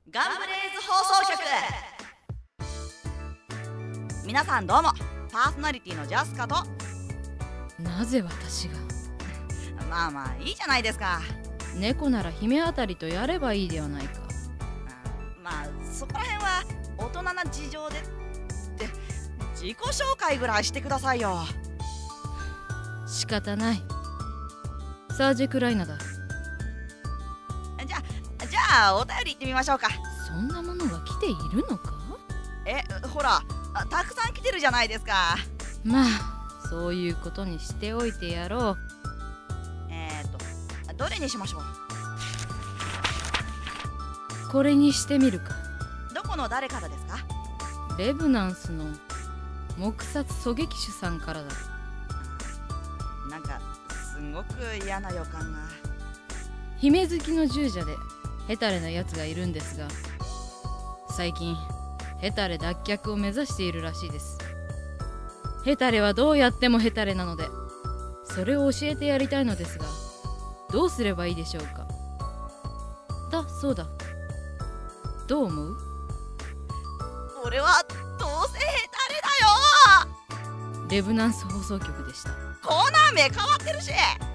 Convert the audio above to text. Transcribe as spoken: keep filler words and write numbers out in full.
ガンブレイズ放送局。皆さんどうも、パーソナリティのジャスカと。 なぜ私が。 まあまあいいじゃないですか。 猫なら姫あたりとやればいいではないか。 まあそこら辺は大人な事情でって自己紹介ぐらいしてくださいよ。 仕方ない。サージェクライナだ。 じゃあじゃあお便り行ってみましょうか。 そんなものが来ているのか。 えほら、たくさん来てるじゃないですか。 まあそういうことにしておいてやろう。 えーっとどれにしましょう。 これにしてみるか。 どこの誰からですか。 レブナンスの黙殺狙撃手さんからだ。 なんかすごく嫌な予感が。 姫好きの従者でヘタレなやつがいるんですが、最近ヘタレ脱却を目指しているらしいです。ヘタレはどうやってもヘタレなので、それを教えてやりたいのですが、どうすればいいでしょうか。だそうだ、どう思う？ 俺はどうせヘタレだよ。 レブナンス放送局でした。 コーナー名変わってるし。